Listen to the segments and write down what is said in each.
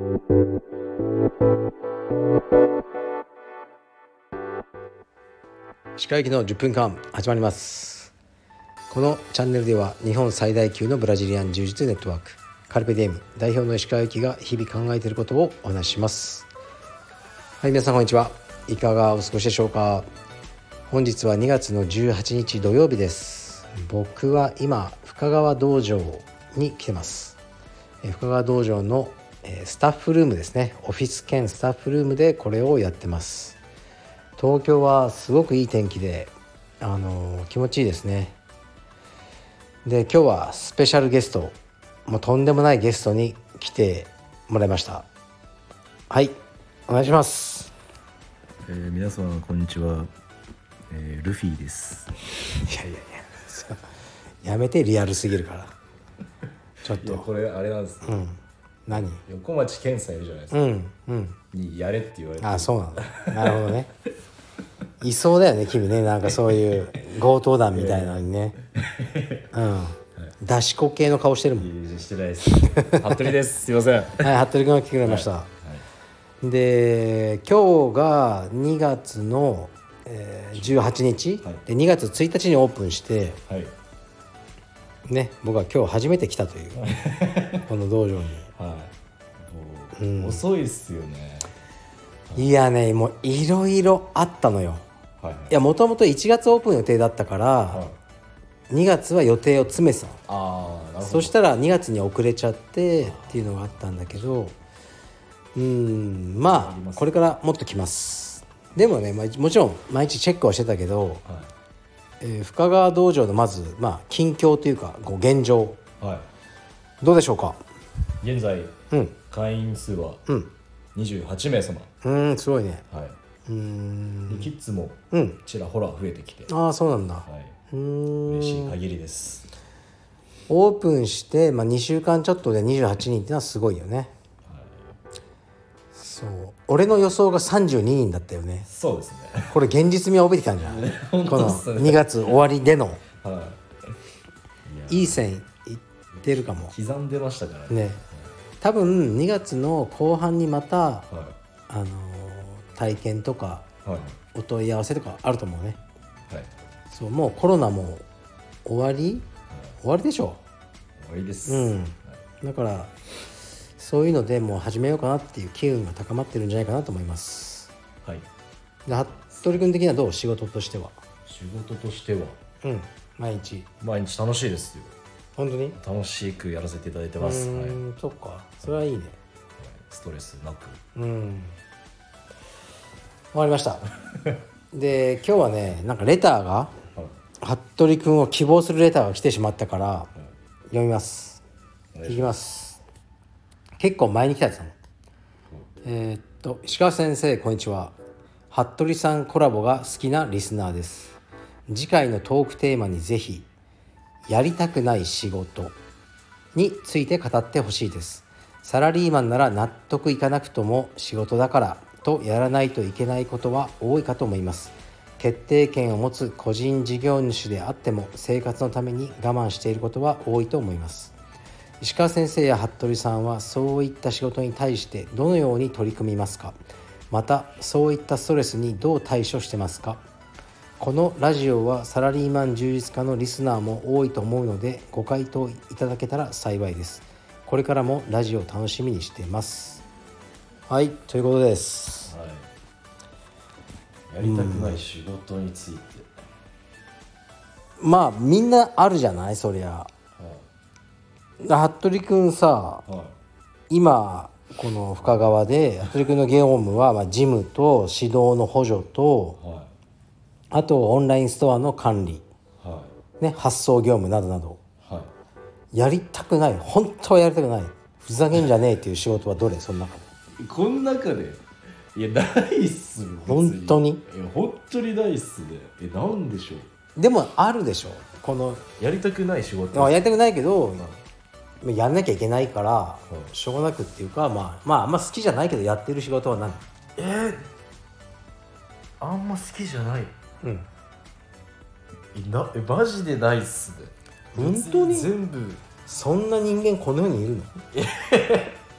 歯科医の10分間始まります。このチャンネルでは日本最大級のブラジリアン柔術ネットワークカルペディエム代表の石川由紀が日々考えていることをお話しします。はい、皆さんこんにちは。いかがお過ごしでしょうか。本日は2月の18日土曜日です。僕は今深川道場に来てます。深川道場のスタッフルームですね。オフィス兼スタッフルームでこれをやってます。東京はすごくいい天気で気持ちいいですね。で、今日はスペシャルゲスト、もうとんでもないゲストに来てもらいました。はい、お願いします。 皆さんこんにちは、ルフィです。 やめて、リアルすぎるからちょっと。 いやこれあれなんです、 何、 横町健さんいるじゃないですか、にやれって言われて。 あ、そうなんだ。なるほどねいそうだよね君ね、なんかそういう強盗団みたいなのにね、出し子系の顔してるもん。 いやしてないです服部です、すいません。 はい、服部君が来てくれました、で、今日が2月の、18日、で2月1日にオープンして、ね、僕は今日初めて来たというこの道場に、 遅いっすよね。 いやね、もういろいろあったのよ。いや、もともと1月オープン予定だったから、2月は予定を詰めてたの。なるほど。そしたら2月に遅れちゃってっていうのがあったんだけど、まあこれからもっと来ます。でもね、もちろん毎日チェックはしてたけど、深川道場のまず、近況というか現状、どうでしょうか。 現在、会員数は28名様。 すごいね。 キッズもちらほら増えてきて、 ああ、そうなんだ。 嬉しい限りです。 オープンして、2週間ちょっとで28人ってのはすごいよね。そう、俺の予想が32人だったよね。 そうですね。 これ現実味を帯びてきたんじゃないこの2月終わりでの、いい線いってるかも。 刻んでましたからね。多分2月の後半にまた、体験とか、お問い合わせとかあると思うね。そう、もうコロナも終わりでしょ。 終わりです。 だからそういうのでもう始めようかなっていう機運が高まってるんじゃないかなと思います。で、服部君的にはどう？仕事としては。 仕事としては、 毎日楽しいですよ。 本当に楽しくやらせていただいてます。 そっか、それはいいね。 ストレスなく。 わかりましたで、今日はね、なんかレターが、服部君を希望するレターが来てしまったから、読みます。いきます。結構前に来たやつだもん。石川先生こんにちは。服部さんコラボが好きなリスナーです。次回のトークテーマにぜひやりたくない仕事について語ってほしいです。サラリーマンなら納得いかなくとも仕事だからとやらないといけないことは多いかと思います。決定権を持つ個人事業主であっても生活のために我慢していることは多いと思います。石川先生や服部さんはそういった仕事に対してどのように取り組みますか。またそういったストレスにどう対処してますか。このラジオはサラリーマン充実家のリスナーも多いと思うのでご回答いただけたら幸いです。これからもラジオを楽しみにしています。はい、ということです。 やりたくない仕事について、 みんなあるじゃない、そりゃ。服部くんさ、今この深川で服部くんの業務は、事務と指導の補助と、あとオンラインストアの管理、発送業務などなど、やりたくない、本当はやりたくない、ふざけんじゃねえっていう仕事はどれ？その中で。 この中で、いやないっすよ。 本当に？ いや本当にないっすね。なんでしょう。でもあるでしょ、このやりたくない仕事。 やりたくないけど、やんなきゃいけないから、しょうがなくっていうか、あんま好きじゃないけどやってる仕事は何？ あんま好きじゃない。マジでないっすね。 本当に？ 全部。 そんな人間この世にいるの？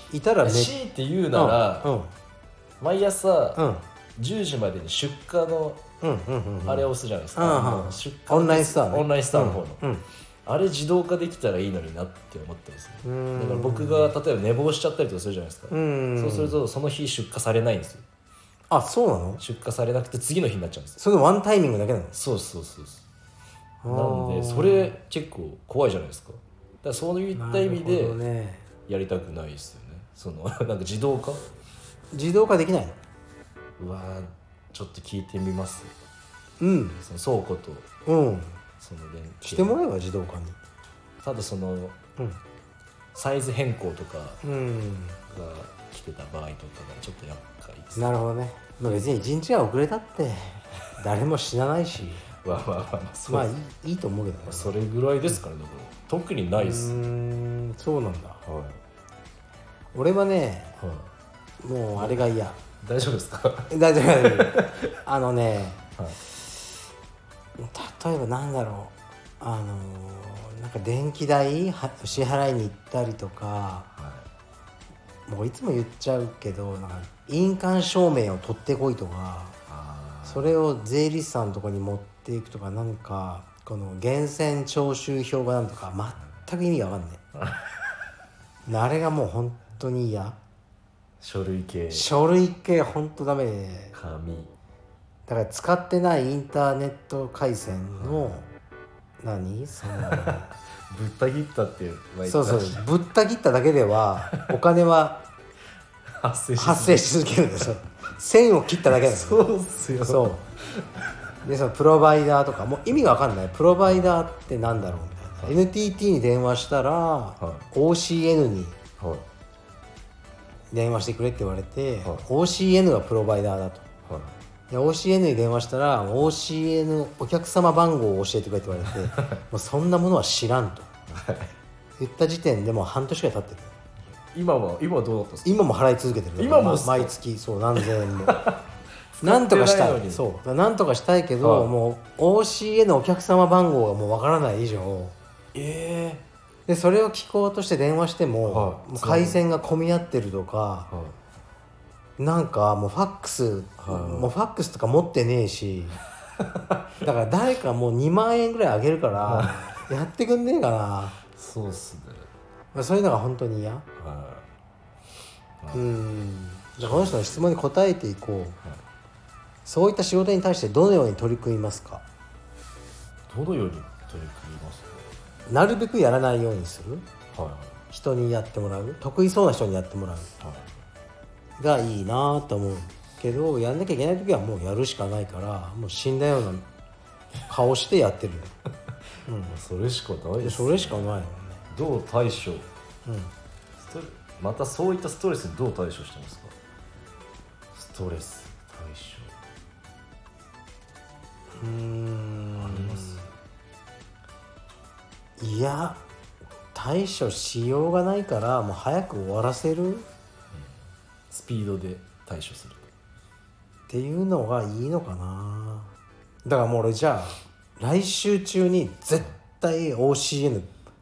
いたらめっ強いて言うなら、 うん毎朝うん 10時までに出荷のあれを押すじゃないですか、 うんうん出荷のオンラインストアねオンラインストアの方の、 うんあれ自動化できたらいいのになって思ってますね。 うんだから僕が例えば寝坊しちゃったりとかするじゃないですか、 うんそうするとその日出荷されないんですよ。 あそうなの？ 出荷されなくて次の日になっちゃうんですよ。 それワンタイミングだけなの？ そうそうそうそう。 あーなんでそれ結構怖いじゃないですか。だからそういった意味なるほどでね、 やりたくないですよね。そのなんか自動化、 自動化できないの？ うわーちょっと聞いてみます。 うんその倉庫とうんその連携してもらえば自動化にただそのうんサイズ変更とかがうん来てた場合とかがちょっと厄介ですね。 なるほどね。まあ別に1日が遅れたって誰も死なないしそう、 まあいいと思うけどね。 それぐらいですからね。だから特にないです。 そうなんだ。 はい俺はねはい、 もうあれが嫌。 大丈夫ですか？ 大丈夫大丈夫あのねはい例えばなんだろうなんか電気代支払いに行ったりとかはもういつも言っちゃうけどなんか印鑑証明を取ってこいとかあそれを税理士さんのとこに持っていくとかなんかこの源泉徴収票がなんとか全く意味が分かんないあれがもう本当に嫌。 書類系書類系本当ダメで紙だから使ってないインターネット回線のそのぶった切ったっていうそうそうぶった切っただけではお金は発生し続けるんですよ。線を切っただけなんですよ。 そうっすよ。 そうでそのプロバイダーとかもう意味が分かんない。プロバイダーってなんだろうみたいな、NTT に電話したら、OCN にはい電話してくれって言われて、 はい OCN がプロバイダーだと。 はいで OCN に電話したら OCN お客様番号を教えてくれって言われてもうそんなものは知らんと言った時点でもう半年ぐらい経ってる。 今はどうだったんですか？ 今も払い続けてる。 今もっすか？ 毎月そう何千円もなんとかしたい。そうなんとかしたいけど、 はいもう OCN のお客様番号がもうわからない以上でそれを聞こうとして電話しても、 はい、 もう回線が混み合ってるとか、 はいなんかもうファックス、もうファックスとか持ってねえしだから誰かもう2万円ぐらいあげるからやってくんねえかな。 そうっすね。 まあそういうのが本当に嫌。じゃあこの人の質問に答えていこう、そういった仕事に対してどのように取り組みますか？ どのように取り組みますか？ なるべくやらないようにする、 はい人にやってもらう、得意そうな人にやってもらうはいがいいなと思うけど、やんなきゃいけない時はもうやるしかないからもう死んだような顔してやってるそれしかないです。 それしかないよね。 どう対処、またそういったストレスにどう対処してますか？ストレス対処あります？ いや対処しようがないからもう早く終わらせる、 スピードで対処するっていうのがいいのかな。だからもう俺じゃあ来週中に絶対 OCN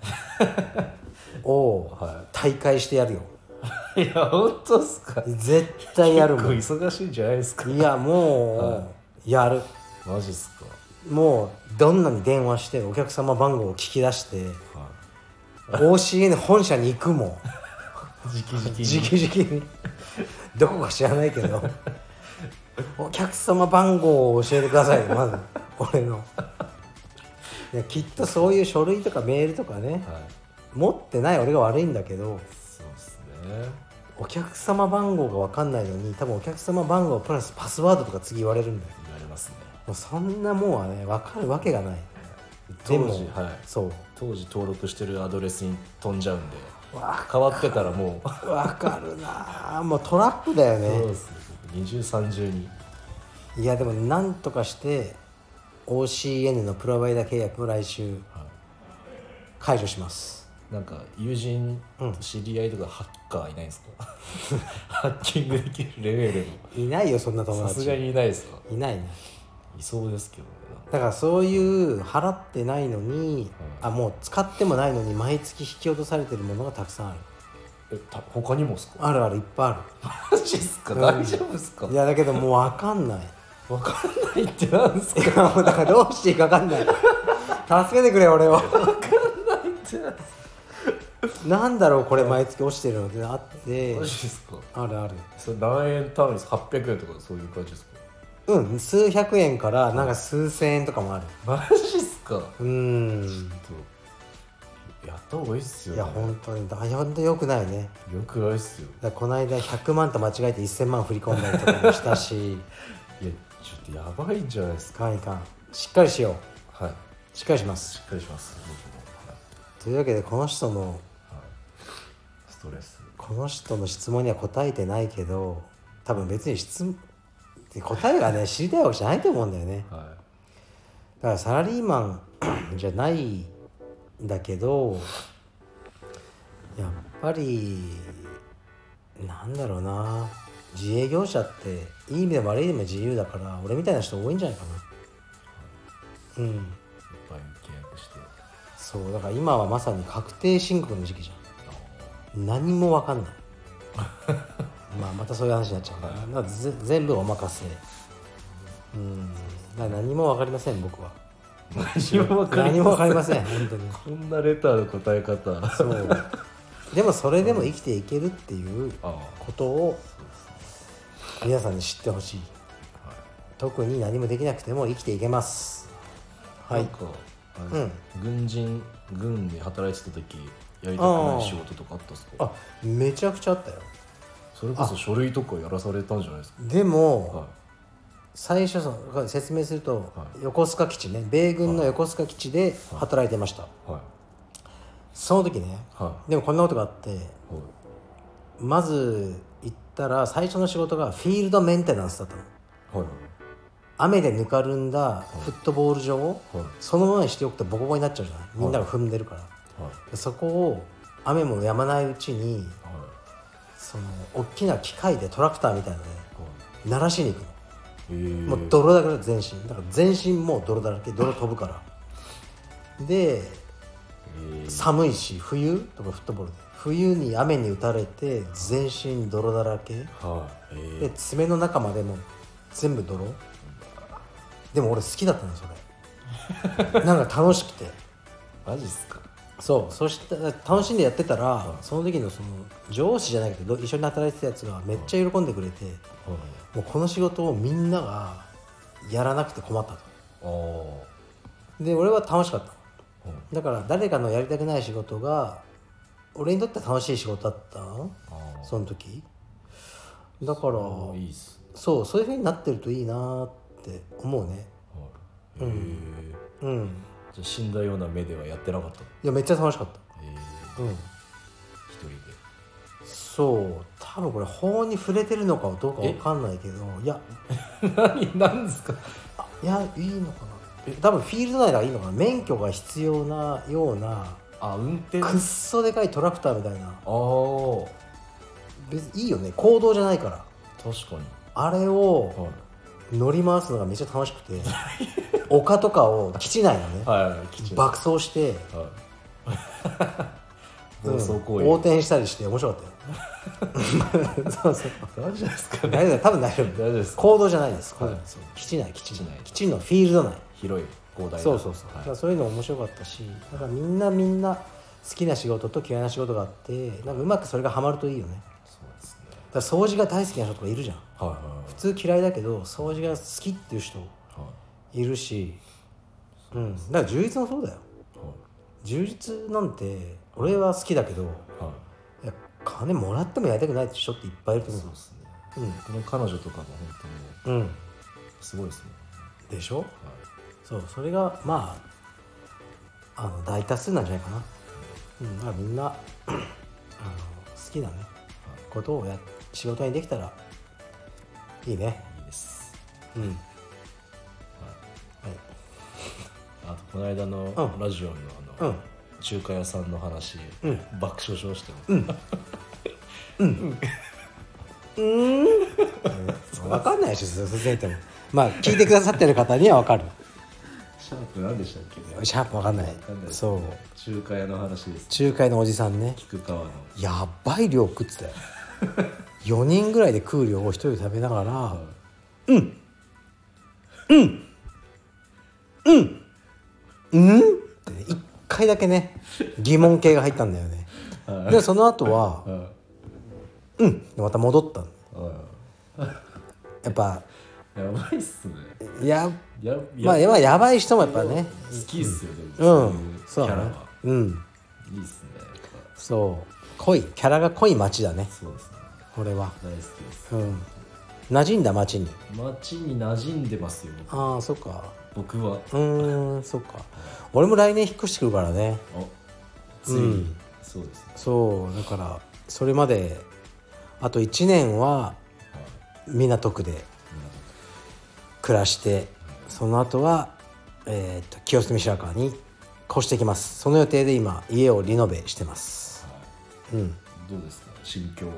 を大会してやるよ。 いや本当ですか？ 絶対やるもん。 結構忙しいんじゃないですか？ いやもうやる。 マジっすか？ もうどんなに電話してお客様番号を聞き出して、OCN 本社に行くもん直々 にどこか知らないけどお客様番号を教えてくださいまず俺の。いやきっとそういう書類とかメールとかね、持ってない俺が悪いんだけど、 そうですね。 お客様番号が分かんないのに多分お客様番号プラスパスワードとか次言われるんだよ。 言われますね。 もうそんなもんはね分かるわけがない。 当時そう当時登録してるアドレスに飛んじゃうんで変わってたらもう分かるな。もうトラップだよね。 そうですね。二重三重に。 いやでもなんとかして OCN のプロバイダー契約を来週解除します。 なんか友人知り合いとかハッカーいないんですか？ハッキングできるレベルいないよそんな友の。 達。 さすがにいないですか？ いないね。 いそうですけどね。 だからそういう払ってないのに、もう使ってもないのに毎月引き落とされてるものがたくさんある。 他にもですか？ あるある、いっぱいあマジっすか？大丈夫っすか？ る。いやだけどもう分かんない。 わかんないってなんですか？ いやもうだからどうしていいか分かんない。助けてくれ俺を。 わかんないってなんだろうこれ毎月落ちてるのってあって。 マジですか？ あるある。 それ何円単位ですか？800円とかそういう感じですか？ うん数百円からなんか数千円とかもある。 マジっすか？やった方がいいっすよ、ね、 いや本当に本当に良くないね。 よくないっすよ。 だからこの間100万と間違えて1000万振り込んだりとかもしたし。 いやちょっとやばいんじゃないですか。 いかんしっかりしよはい、 う。しっかりします。 しっかりします僕も、はい、 というわけでこの人の、 はい、ストレス、 この人の質問には答えてないけど、多分別に答えがね知りたいわけじゃないと思うんだよね。 はい、 だからサラリーマンじゃないんだけど、やっぱりなんだろうな、自営業者っていい意味でも悪い意味でも自由だから、俺みたいな人多いんじゃないかな。いっぱい契約して。 そうだから今はまさに確定申告の時期じゃん。何も分かんない。またそういう話になっちゃうから、だから全部お任せ。だから何も分かりません僕は。 何も分かりません本当に。 こんなレターの答え方。 そうでもそれでも生きていけるっていうことを皆さんに知ってほしい。特に何もできなくても生きていけます。はい。 なんか軍で働いてた時やりたくない仕事とかあったっすか？ めちゃくちゃあったよ。 それこそ書類とかやらされたんじゃないですか？ でも、最初説明すると、横須賀基地ね、米軍の横須賀基地で働いてました。その時ね、でもこんなことがあって、まず行ったら最初の仕事がフィールドメンテナンスだったの。雨でぬかるんだフットボール場をそのままにしておくとボコボコになっちゃうじゃない、みんなが踏んでるから、そこを雨も止まないうちに、その大きな機械でトラクターみたいなので鳴らしに行くの。もう泥だから全身だから全身もう泥だらけ、泥飛ぶからで、寒いし冬とかフットボールで冬に雨に打たれて全身泥だらけ、で爪の中までも全部泥。でも俺好きだったのそれ。なんか楽しくて。 マジっすか？ そう、そして楽しんでやってたら、その時のその上司じゃないけど一緒に働いてたやつがめっちゃ喜んでくれて、もうこの仕事をみんながやらなくて困ったと。で俺は楽しかった。だから誰かのやりたくない仕事が俺にとって楽しい仕事だったの、その時。だからいいっす。 そういう風になってるといいなって思うね。 じゃあ死んだような目ではやってなかった？いやめっちゃ楽しかった。 一人で。 そう多分これ法に触れてるのかどうかわかんないけど、いや何ですか？ いやいいのかな、多分フィールド内がいいのかな。免許が必要なような運転くっそでかいトラクターみたいな。別にいいよね、公道じゃないから。 確かにあれを乗り回すのがめっちゃ楽しくて丘とかを基地内のね、爆走して、横転したりして面白かったよ。そう大丈夫ですかね？ 大丈夫、多分大丈夫です。公道じゃないです。基地内、基地のフィールド内、 広い広大な。 そうそういうの面白かったし、だからみんな好きな仕事と嫌いな仕事があって、なんかうまくそれがハマるといいよね。 そうですね。 だから掃除が大好きな人とかいるじゃん。普通嫌いだけど掃除が好きっていう人いるし、だから充実もそうだよ。充実なんて俺は好きだけど、いや金もらってもやりたくないって人っていっぱいいると思う。 そうですね。この彼女とかも本当にすごいですね。 でしょ？そうそれが大多数なんじゃないかな。だからみんな好きなねことを仕事にできたらいいね。 いいです。あとこの間のラジオの中華屋さんの話、爆笑しましたよ。 分かんないでしょ、それでも聞いてくださってる方には分かる。 シャープ何でしたっけね。 シャープわかんない。 わかんないですそう中華屋の話です。 中華屋のおじさんね、 菊川の。 やばい量食ってたよ4人ぐらいで食う量を一人で食べながら、ってね、1回だけね疑問形が入ったんだよね。でその後はでまた戻ったの。やっぱやばいっすね。 ややまあやばい人もやっぱね好きっすよ、でもそうだねキャラは。いいっすね。やっぱそう濃いキャラが濃い街だね。 そうですね。 俺は大好きです。 馴染んだ街に。 街に馴染んでますよ。 ああそっか。 僕は。 そっか。俺も来年引っ越してくるからね。 ついに、そうですね。 そうだからそれまであと1年は港区で暮らして、その後は、清澄白河に越してきます。その予定で今家をリノベしてます。 どうですか心境は。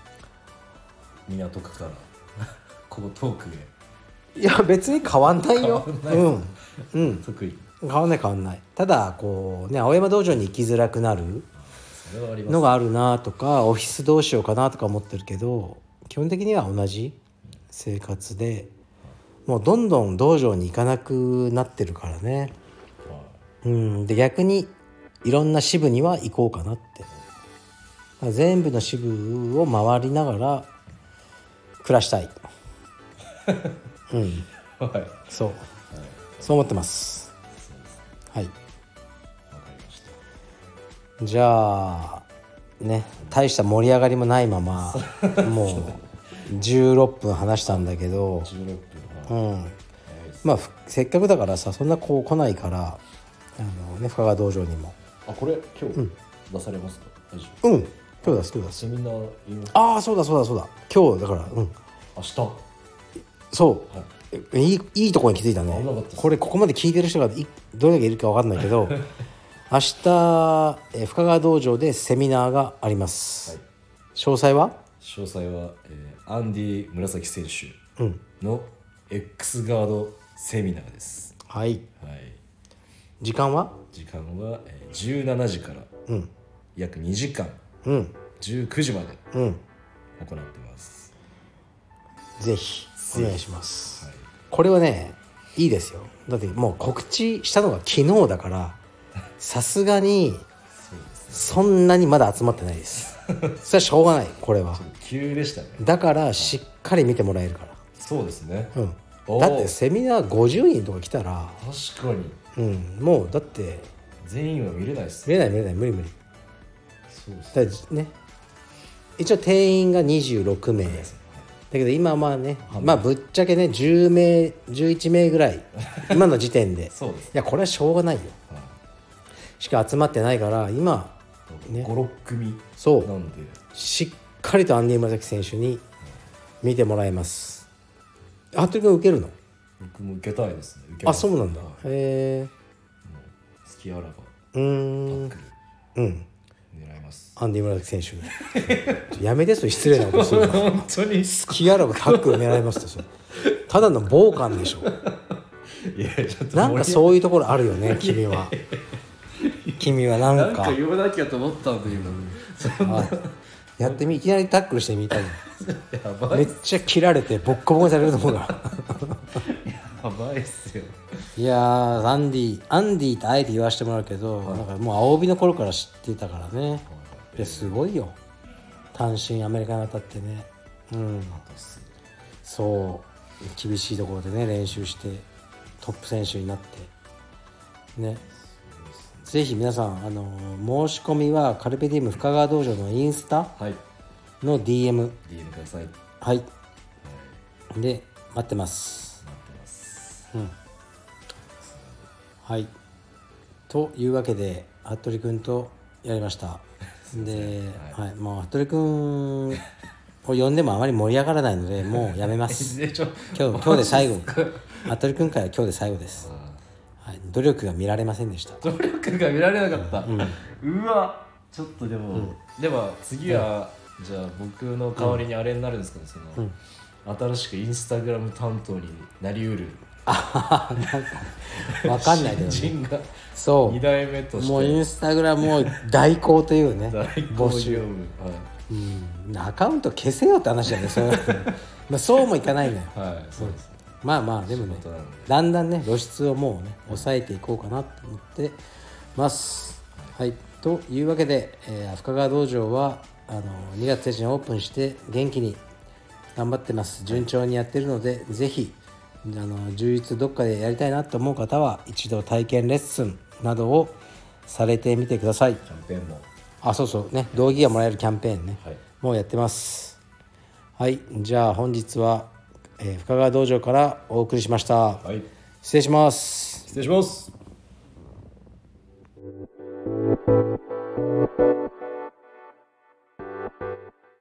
港区からここ遠くへ。 いや別に変わんないよ。 得意。 変わんない。ただこうね青山道場に行きづらくなるそれはあります。 のがあるなとか、オフィスどうしようかなとか思ってるけど、基本的には同じ生活で、もうどんどん道場に行かなくなってるからね。で逆にいろんな支部には行こうかなって。全部の支部を回りながら暮らしたい。そう思ってます。はい。 わかりました。 じゃあね、大した盛り上がりもないままもう16分話したんだけど、 16分。 まあせっかくだからさ、そんなこう来ないから深川道場にもこれ今日出されますか。大丈夫。今日出す。 セミナー言います。 ああそうだ今日だから明日。 そう、いいところに気づいたね。ここまで聞いてる人がどれだけいるか分かんないけど明日、深川道場でセミナーがあります。詳細はアンディ紫選手の X ガードセミナーです。 はい。時間は 17時から約2時間、19時まで行ってます。 ぜひお願いします。これはねいいですよ。だってもう告知したのが昨日だからさすがにそんなにまだ集まってないです。それはしょうがない。これは急でしたね。 だからしっかり見てもらえるから。 そうですね。 だってセミナー50人とか来たら確かに、 もうだって全員は見れないっす。 見れない無理。 そうですだね。一応定員が26名だけど今まあね、ぶっちゃけね10名11名ぐらい今の時点でそうです。 いやこれはしょうがないよ、しか集まってないから今ね 56組そうなんでしっかりとアンディ村崎選手に見てもらえます。服部君受けるの？ 僕も受けたいですね。 あ、そうなんだ。へえ。 好きあらばタックル狙います。 アンディ村崎選手やめて、それ失礼なことするの本当に好きあらばタックル狙いますって、それただの傍観でしょ。 いやちょっとなんかそういうところあるよね君は。君はなんか言わなきゃと思ったんだけど、 やってみ、いきなりタックルしてみたい。 やばいめっちゃ切られてボッコボコにされると思うからやばいっすよ。 いやーアンディってあえて言わせてもらうけど、なんかもう青帯の頃から知ってたからね。いやすごいよ、単身アメリカに渡ってね。そう厳しいところでね練習してトップ選手になってね。ぜひ皆さん申し込みはカルペディウム深川道場のインスタの DM ください。 はいで待ってます。はいというわけで服部君とやりましたで、もう服部君を呼んでもあまり盛り上がらないのでもうやめます今日で最後。服部君から今日で最後です。努力が見られませんでした。 努力が見られなかった。うわちょっとでも、では次は、じゃあ僕の代わりにあれになるんですかね、その新しくインスタグラム担当になりうる分かんないけどね新人がそ 2代目としてうもうインスタグラムを代行というね大好募集、 評、はいアカウント消せよって話だよねそれまあそうもいかないのよはい、そうです。 まあまあでもね仕事なんでだんだんね露出をもうね抑えていこうかなと思ってますはいというわけで、深川道場は2月1日にオープンして元気に頑張ってます順調にやってるので、ぜひ充実どっかでやりたいなと思う方は一度体験レッスンなどをされてみてください。 キャンペーンも。 あ、そうそうね、道着がもらえるキャンペーンね、 はい、 もうやってます。はい、じゃあ本日は、深川道場からお送りしました。 はい、 失礼します。 失礼します。